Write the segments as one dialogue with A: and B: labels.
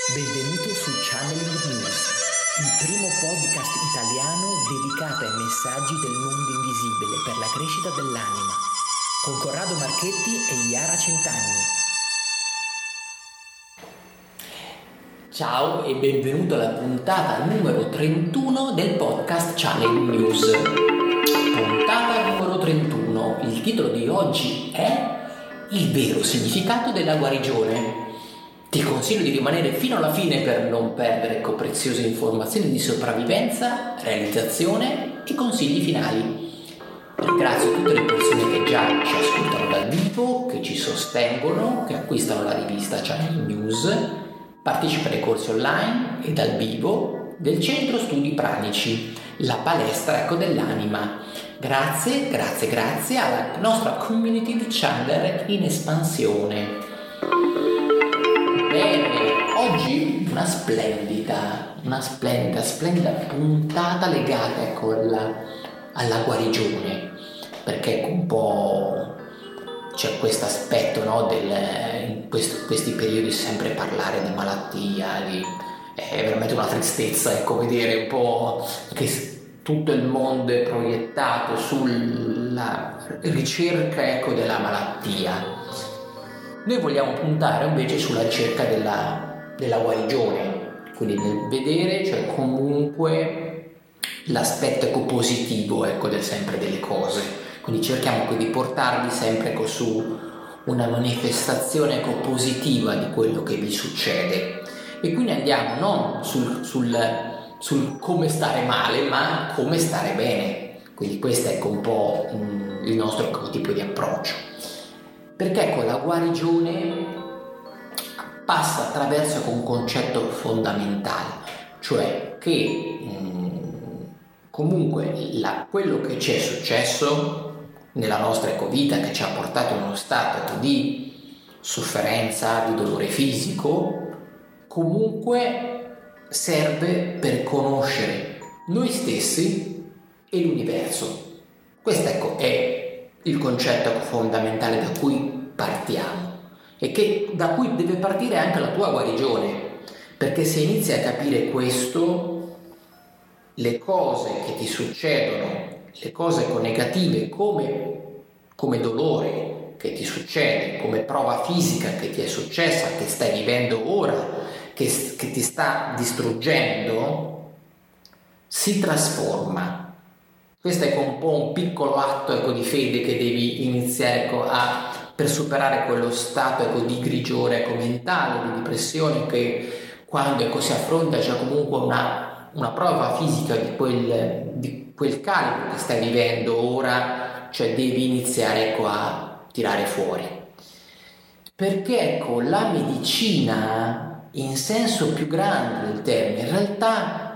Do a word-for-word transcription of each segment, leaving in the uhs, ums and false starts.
A: Benvenuto su Channeling News, il primo podcast italiano dedicato ai messaggi del mondo invisibile per la crescita dell'anima, con Corrado Marchetti e Iara Centanni. Ciao e benvenuto alla puntata numero trentuno del podcast Channeling News. Puntata numero trentuno. Il titolo di oggi è Il vero significato della guarigione. Ti consiglio di rimanere fino alla fine per non perdere ecco, preziose informazioni di sopravvivenza, realizzazione e consigli finali. Ringrazio tutte le persone che già ci ascoltano dal vivo, che ci sostengono, che acquistano la rivista Channeling News, partecipano ai corsi online e dal vivo del Centro Studi Pranici, la palestra ecco, dell'anima. Grazie, grazie, grazie alla nostra community di Channeler in espansione. Bene, oggi una splendida, una splendida, splendida puntata legata ecco, alla, alla guarigione, perché ecco, un po' c'è questo aspetto, no, del, in questo, questi periodi sempre parlare di malattia, di, è veramente una tristezza, ecco, vedere un po' che tutto il mondo è proiettato sulla ricerca ecco, della malattia. Noi vogliamo puntare invece sulla ricerca della, della guarigione, quindi nel vedere cioè comunque l'aspetto ecco, positivo ecco, del sempre delle cose. Quindi cerchiamo ecco, di portarvi sempre ecco, su una manifestazione ecco, positiva di quello che vi succede. E quindi andiamo non sul, sul, sul come stare male, ma come stare bene. Quindi questo è ecco, un po' mh, il nostro ecco, tipo di approccio. Perché ecco, la guarigione passa attraverso ecco, un concetto fondamentale, cioè che mh, comunque la, quello che ci è successo nella nostra ecco, vita, che ci ha portato in uno stato ecco, di sofferenza, di dolore fisico, comunque serve per conoscere noi stessi e l'universo. Questo ecco, è il concetto fondamentale da cui partiamo e che, da cui deve partire anche la tua guarigione, perché se inizi a capire questo, le cose che ti succedono, le cose negative come, come dolore che ti succede, come prova fisica che ti è successa, che stai vivendo ora, che, che ti sta distruggendo, si trasforma. Questo è un po' un piccolo atto ecco, di fede che devi iniziare ecco, a, per superare quello stato ecco, di grigiore ecco, mentale, di depressione che quando ecco, si affronta c'è comunque una, una prova fisica di quel, di quel carico che stai vivendo ora, cioè devi iniziare ecco, a tirare fuori. Perché ecco, la medicina in senso più grande del termine in realtà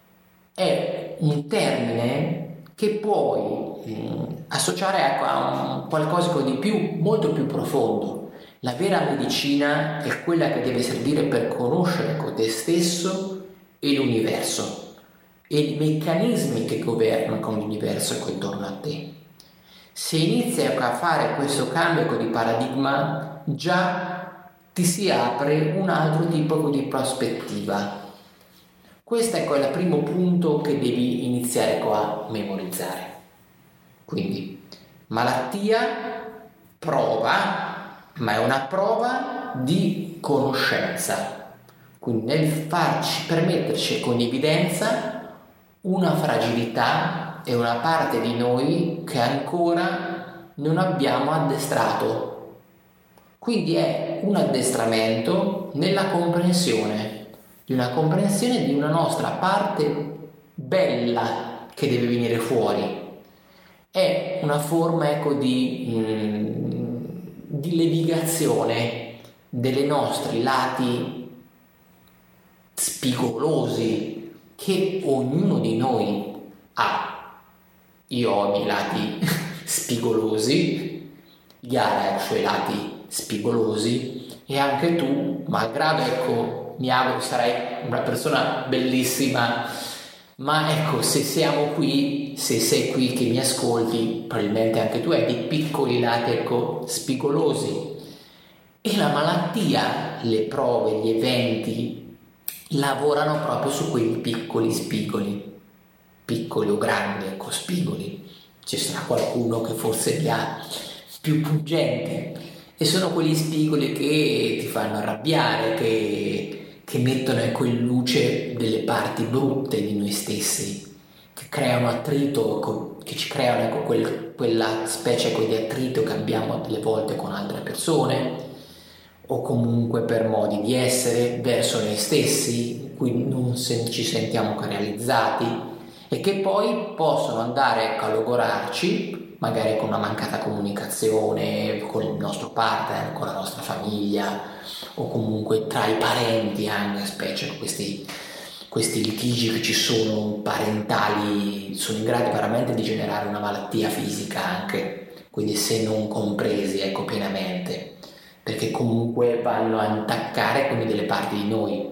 A: è un termine che puoi eh, associare a, a un qualcosa di più, molto più profondo. La vera medicina è quella che deve servire per conoscere ecco, te stesso e l'universo e i meccanismi che governano con l'universo ecco, intorno a te. Se inizi ecco, a fare questo cambio ecco, di paradigma, già ti si apre un altro tipo ecco, di prospettiva. Questo ecco, è il primo punto che devi iniziare ecco, a memorizzare. Quindi, malattia, prova, ma è una prova di conoscenza. Quindi nel farci, permetterci con evidenza una fragilità e una parte di noi che ancora non abbiamo addestrato. Quindi è un addestramento nella comprensione. Di una comprensione di una nostra parte bella che deve venire fuori. È una forma ecco, di, mh, di levigazione dei nostri lati spigolosi che ognuno di noi ha. Io ho i miei lati spigolosi, Iara ha i suoi lati spigolosi e anche tu, malgrado ecco mi auguro sarai una persona bellissima, ma ecco se siamo qui, se sei qui che mi ascolti, probabilmente anche tu hai dei piccoli lati ecco spigolosi E la malattia, le prove, gli eventi lavorano proprio su quei piccoli spigoli, piccoli o grandi, ecco, spigoli. Ci sarà qualcuno che forse li ha più pungenti, e sono quegli spigoli che ti fanno arrabbiare, che, che mettono, ecco, in luce delle parti brutte di noi stessi, che creano attrito, che ci creano, ecco, quel, quella specie, ecco, di attrito che abbiamo delle volte con altre persone, o comunque per modi di essere verso noi stessi, in cui non se ci sentiamo realizzati, e che poi possono andare, ecco, a logorarci magari con una mancata comunicazione con il nostro partner, con la nostra famiglia, o comunque tra i parenti, anche specie questi, questi litigi che ci sono parentali sono in grado veramente di generare una malattia fisica, anche, quindi se non compresi, ecco, pienamente, perché comunque vanno a intaccare quindi delle parti di noi,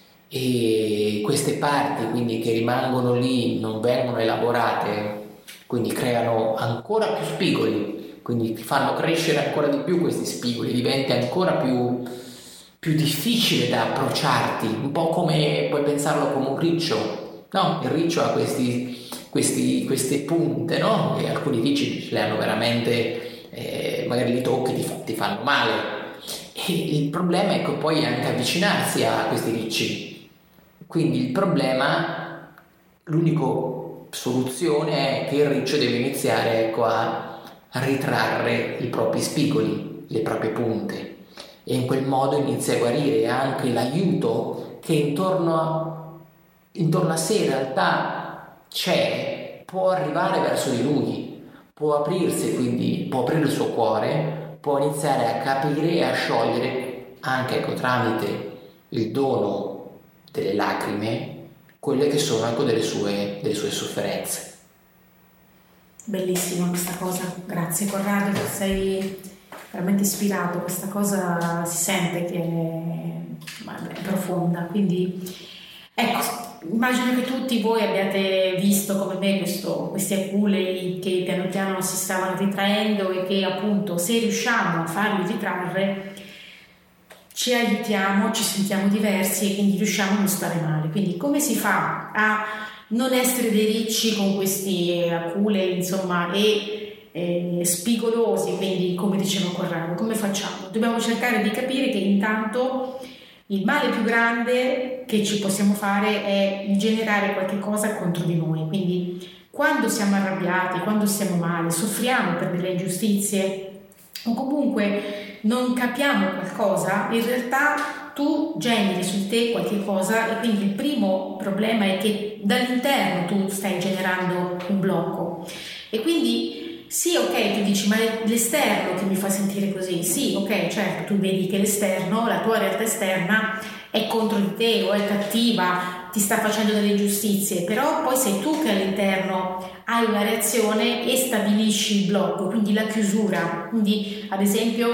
A: e queste parti quindi che rimangono lì non vengono elaborate, quindi creano ancora più spigoli, quindi fanno crescere ancora di più questi spigoli, diventa ancora più, più difficile da approcciarti, un po' come puoi pensarlo come un riccio, no? Il riccio ha questi, questi, queste punte, no? E alcuni ricci le hanno veramente, eh, magari li tocchi, ti, fa, ti fanno male, e il problema è che poi anche avvicinarsi a questi ricci. Quindi il problema, l'unica soluzione è che il riccio deve iniziare, ecco, a ritrarre i propri spigoli, le proprie punte, e in quel modo inizia a guarire. Anche l'aiuto che intorno a, intorno a sé in realtà c'è, può arrivare verso di lui, può aprirsi, quindi può aprire il suo cuore, può iniziare a capire e a sciogliere anche, ecco, tramite il dono delle lacrime, quelle che sono, ecco, delle sue, delle sue sofferenze.
B: Bellissima questa cosa, grazie Corrado, sei veramente ispirato, questa cosa si sente che è, è profonda, quindi ecco, immagino che tutti voi abbiate visto come me questo, questi aculei che piano piano si stavano ritraendo, e che appunto, se riusciamo a farli ritrarre, ci aiutiamo, ci sentiamo diversi e quindi riusciamo a non stare male. Quindi come si fa a non essere dei ricci con questi aculei, insomma, e eh, spigolosi, quindi come diceva Corrado, come facciamo? Dobbiamo cercare di capire che intanto il male più grande che ci possiamo fare è generare qualche cosa contro di noi. Quindi quando siamo arrabbiati, quando stiamo male, soffriamo per delle ingiustizie, o comunque non capiamo qualcosa, in realtà tu generi su te qualche cosa, e quindi il primo problema è che dall'interno tu stai generando un blocco. E quindi sì, ok, tu dici, ma è l'esterno che mi fa sentire così. Sì, ok, certo, tu vedi che l'esterno, la tua realtà esterna è contro di te o è cattiva, ti sta facendo delle ingiustizie, però poi sei tu che all'interno hai una reazione e stabilisci il blocco, quindi la chiusura. Quindi ad esempio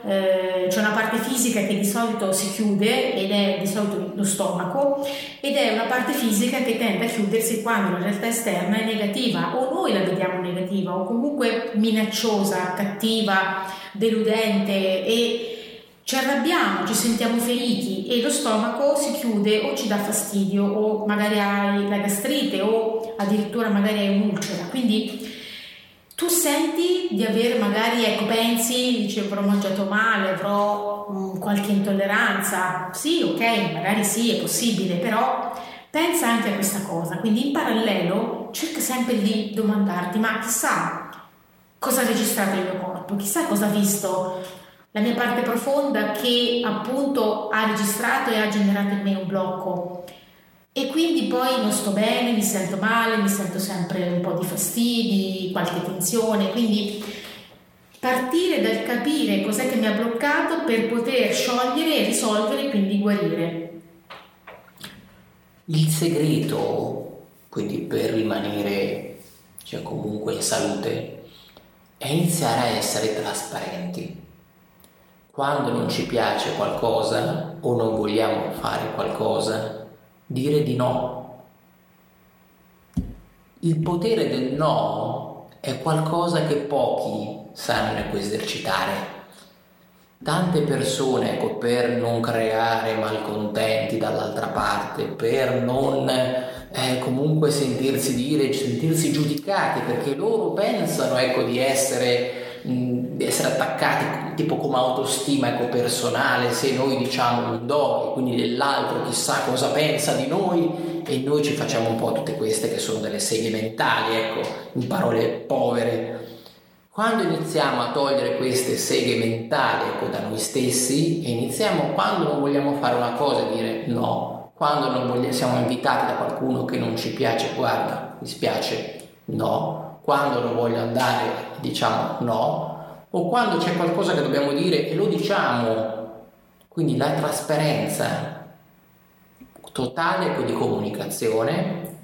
B: eh, c'è una parte fisica che di solito si chiude, ed è di solito lo stomaco, ed è una parte fisica che tende a chiudersi quando la realtà esterna è negativa, o noi la vediamo negativa, o comunque minacciosa, cattiva, deludente, e ci arrabbiamo, ci sentiamo feriti, e lo stomaco si chiude o ci dà fastidio, o magari hai la gastrite, o addirittura magari hai un'ulcera. Quindi tu senti di avere magari, ecco, pensi, dici, avrò mangiato male, avrò mh, qualche intolleranza. Sì, ok, magari sì, è possibile, però pensa anche a questa cosa. Quindi in parallelo cerca sempre di domandarti, ma chissà cosa ha registrato il mio corpo, chissà cosa ha visto la mia parte profonda, che appunto ha registrato e ha generato in me un blocco, e quindi poi non sto bene, mi sento male, mi sento sempre un po' di fastidi, qualche tensione. Quindi partire dal capire cos'è che mi ha bloccato per poter sciogliere e risolvere, quindi guarire.
A: Il segreto, quindi, per rimanere, cioè, comunque in salute, è iniziare a essere trasparenti. Quando non ci piace qualcosa o non vogliamo fare qualcosa, dire di no. Il potere del no è qualcosa che pochi sanno esercitare. Tante persone, ecco, per non creare malcontenti dall'altra parte, per non eh, comunque sentirsi dire, sentirsi giudicati, perché loro pensano, ecco, di essere, mh, di essere attaccati tipo come autostima, ecco, personale, se noi diciamo un do e quindi dell'altro chissà cosa pensa di noi, e noi ci facciamo un po' tutte queste che sono delle seghe mentali, ecco, in parole povere. Quando iniziamo a togliere queste seghe mentali, ecco, da noi stessi, e iniziamo, quando non vogliamo fare una cosa, dire no, quando non vogliamo, siamo invitati da qualcuno che non ci piace, guarda, mi spiace, no, quando non voglio andare, diciamo no, o quando c'è qualcosa che dobbiamo dire e lo diciamo. Quindi la trasparenza totale, ecco, di comunicazione,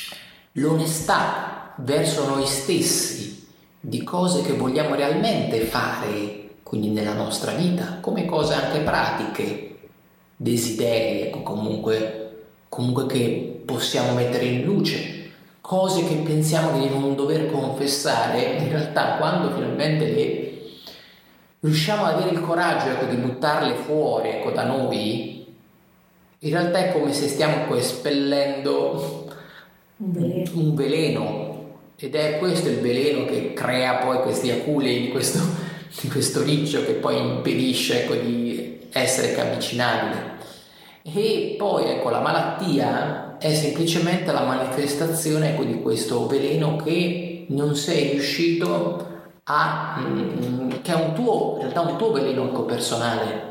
A: l'onestà verso noi stessi, di cose che vogliamo realmente fare, quindi nella nostra vita, come cose anche pratiche, desideri, ecco, comunque, comunque che possiamo mettere in luce, cose che pensiamo di non dover confessare, in realtà quando finalmente le riusciamo ad avere il coraggio, ecco, di buttarle fuori, ecco, da noi, in realtà è come se stiamo poi espellendo
B: un veleno.
A: un veleno. Ed è questo il veleno che crea poi questi aculei di questo, di questo riccio che poi impedisce, ecco, di essere avvicinabile. E poi, ecco, la malattia è semplicemente la manifestazione, ecco, di questo veleno che non sei riuscito a mh, che è un tuo, in realtà un tuo veleno, ecco, personale.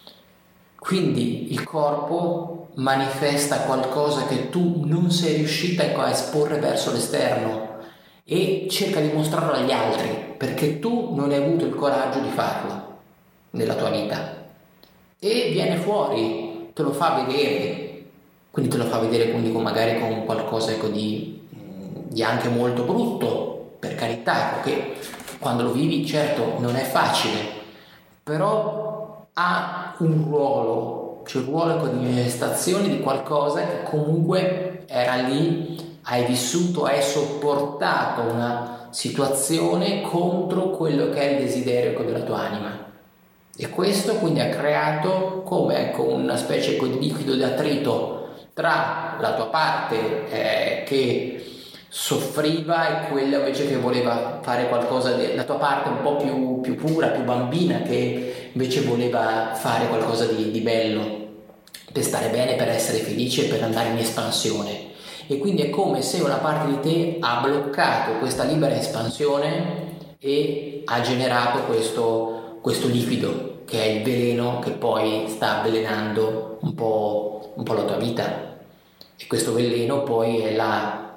A: Quindi il corpo manifesta qualcosa che tu non sei riuscita, ecco, a esporre verso l'esterno, e cerca di mostrarlo agli altri perché tu non hai avuto il coraggio di farlo nella tua vita, e viene fuori, te lo fa vedere, quindi te lo fa vedere quindi con, magari con qualcosa, ecco, di, di anche molto brutto, per carità, che quando lo vivi certo non è facile, però ha un ruolo, cioè un ruolo, ecco, di manifestazione di qualcosa che comunque era lì. Hai vissuto, hai sopportato una situazione contro quello che è il desiderio, ecco, della tua anima, e questo quindi ha creato come, ecco, una specie, ecco, di liquido di attrito tra la tua parte eh, che soffriva e quella invece che voleva fare qualcosa, de- la tua parte un po' più, più pura, più bambina, che invece voleva fare qualcosa di, di bello, per stare bene, per essere felice, per andare in espansione. E quindi è come se una parte di te ha bloccato questa libera espansione e ha generato questo, questo liquido che è il veleno che poi sta avvelenando un po', un po' la tua vita. E questo veleno poi è la,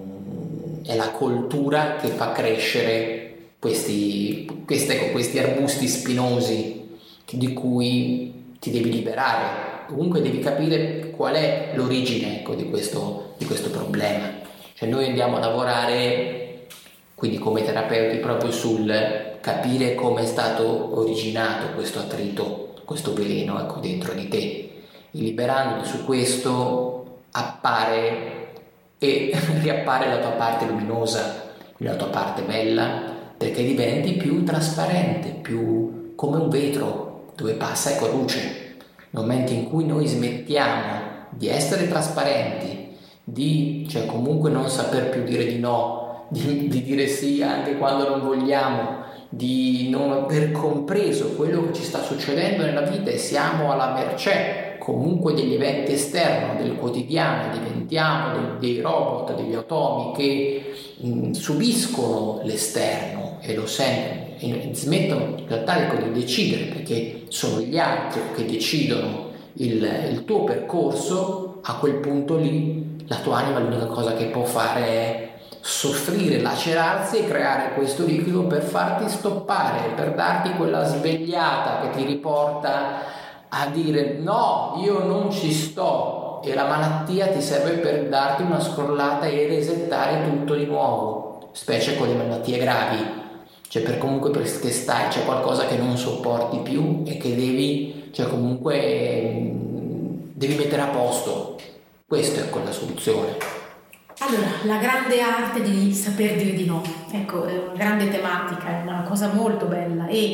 A: mm, è la coltura che fa crescere questi, queste, questi arbusti spinosi di cui ti devi liberare. Comunque devi capire qual è l'origine, ecco, di questo, di questo problema. Cioè noi andiamo a lavorare quindi come terapeuti proprio sul capire come è stato originato questo attrito, questo veleno, ecco, dentro di te, e liberandoti su questo appare e riappare la tua parte luminosa, la tua parte bella, perché diventi più trasparente, più come un vetro dove passa, ecco, luce. Nel momento in cui noi smettiamo di essere trasparenti, di, cioè comunque non saper più dire di no, di, di dire sì anche quando non vogliamo, di non aver compreso quello che ci sta succedendo nella vita e siamo alla mercé comunque degli eventi esterni, del quotidiano, diventiamo dei, dei robot, degli automi che mh, subiscono l'esterno e lo sentono, e smettono in realtà, ecco, di decidere, perché sono gli altri che decidono il, il tuo percorso. A quel punto lì la tua anima l'unica cosa che può fare è soffrire, lacerarsi e creare questo liquido per farti stoppare, per darti quella svegliata che ti riporta a dire no, io non ci sto, e la malattia ti serve per darti una scrollata e resettare tutto di nuovo, specie con le malattie gravi. Cioè per comunque perché stai, c'è qualcosa che non sopporti più e che devi, cioè comunque mh, devi mettere a posto. Questa è la soluzione.
B: Allora, la grande arte di saper dire di no, ecco, è una grande tematica, è una cosa molto bella, e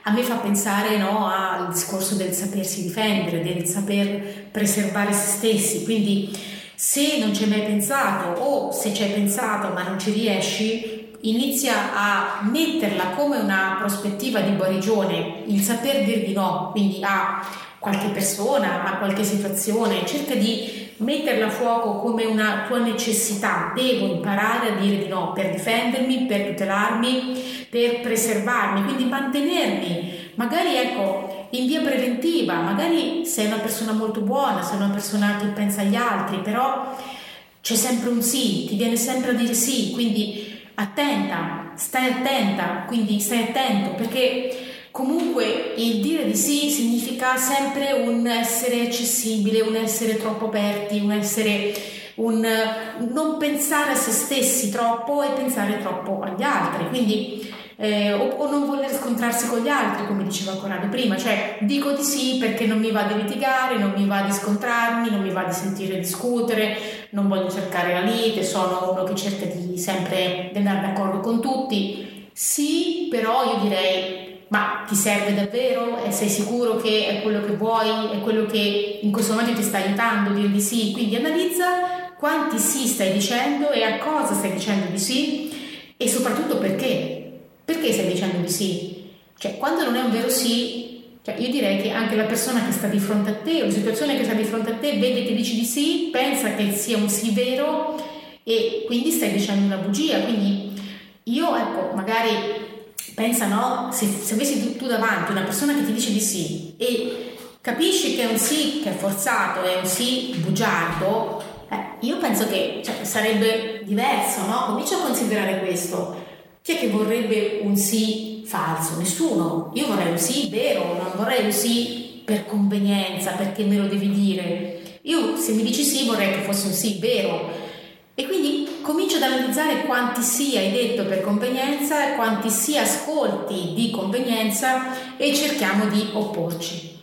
B: a me fa pensare, no, al discorso del sapersi difendere, del saper preservare se stessi. Quindi se non ci hai mai pensato, o se ci hai pensato ma non ci riesci, inizia a metterla come una prospettiva di guarigione, il saper dir di no, quindi a qualche persona, a qualche situazione, cerca di metterla a fuoco come una tua necessità. Devo imparare a dire di no per difendermi, per tutelarmi, per preservarmi, quindi mantenermi, magari ecco, in via preventiva, magari sei una persona molto buona, sei una persona che pensa agli altri, però c'è sempre un sì, ti viene sempre a dire sì, quindi attenta, stai attenta, quindi stai attento, perché comunque il dire di sì significa sempre un essere accessibile, un essere troppo aperti, un essere un non pensare a se stessi troppo e pensare troppo agli altri, quindi eh, o, o non voler scontrarsi con gli altri, come diceva Corrado prima, cioè dico di sì perché non mi va di litigare, non mi va di scontrarmi, non mi va di sentire discutere, non voglio cercare la lite, sono uno che cerca di sempre di andare d'accordo con tutti. Sì, però io direi: ma ti serve davvero? E sei sicuro che è quello che vuoi? È quello che in questo momento ti sta aiutando a dire di sì? Quindi analizza quanti sì stai dicendo e a cosa stai dicendo di sì, e soprattutto perché. Perché stai dicendo di sì? Cioè, quando non è un vero sì, cioè io direi che anche la persona che sta di fronte a te, o la situazione che sta di fronte a te, vede che dici di sì, pensa che sia un sì vero e quindi stai dicendo una bugia. Quindi io, ecco, magari pensa, no, se, se avessi tu, tu davanti una persona che ti dice di sì e capisci che è un sì che è forzato, è un sì bugiardo, eh, io penso che, cioè, sarebbe diverso, no? Comincia a considerare questo. Chi è che vorrebbe un sì falso? Nessuno. Io vorrei un sì vero, non vorrei un sì per convenienza, perché me lo devi dire. Io, se mi dici sì, vorrei che fosse un sì vero. E quindi comincio ad analizzare quanti sì hai detto per convenienza e quanti sì ascolti di convenienza e cerchiamo di opporci.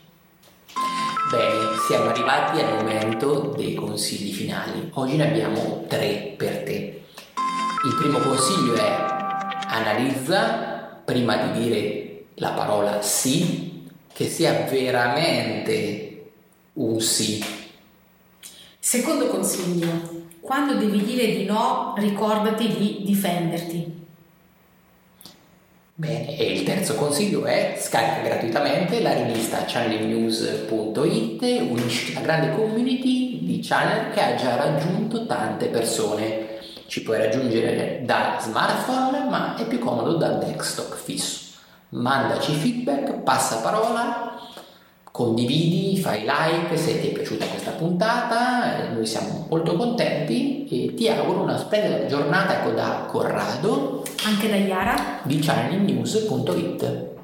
A: Bene, siamo arrivati al momento dei consigli finali. Oggi ne abbiamo tre per te. Il primo consiglio è: analizza prima di dire la parola sì, che sia veramente un sì.
B: Secondo consiglio: quando devi dire di no, ricordati di difenderti.
A: Bene, e il terzo consiglio è: scarica gratuitamente la rivista channeling news punto it, unisci la grande community di channel che ha già raggiunto tante persone. Ci puoi raggiungere da smartphone, ma è più comodo dal desktop fisso. Mandaci feedback, passa parola, condividi, fai like se ti è piaciuta questa puntata, noi siamo molto contenti e ti auguro una splendida giornata, ecco, da Corrado,
B: anche da Iara,
A: di channeling news punto it.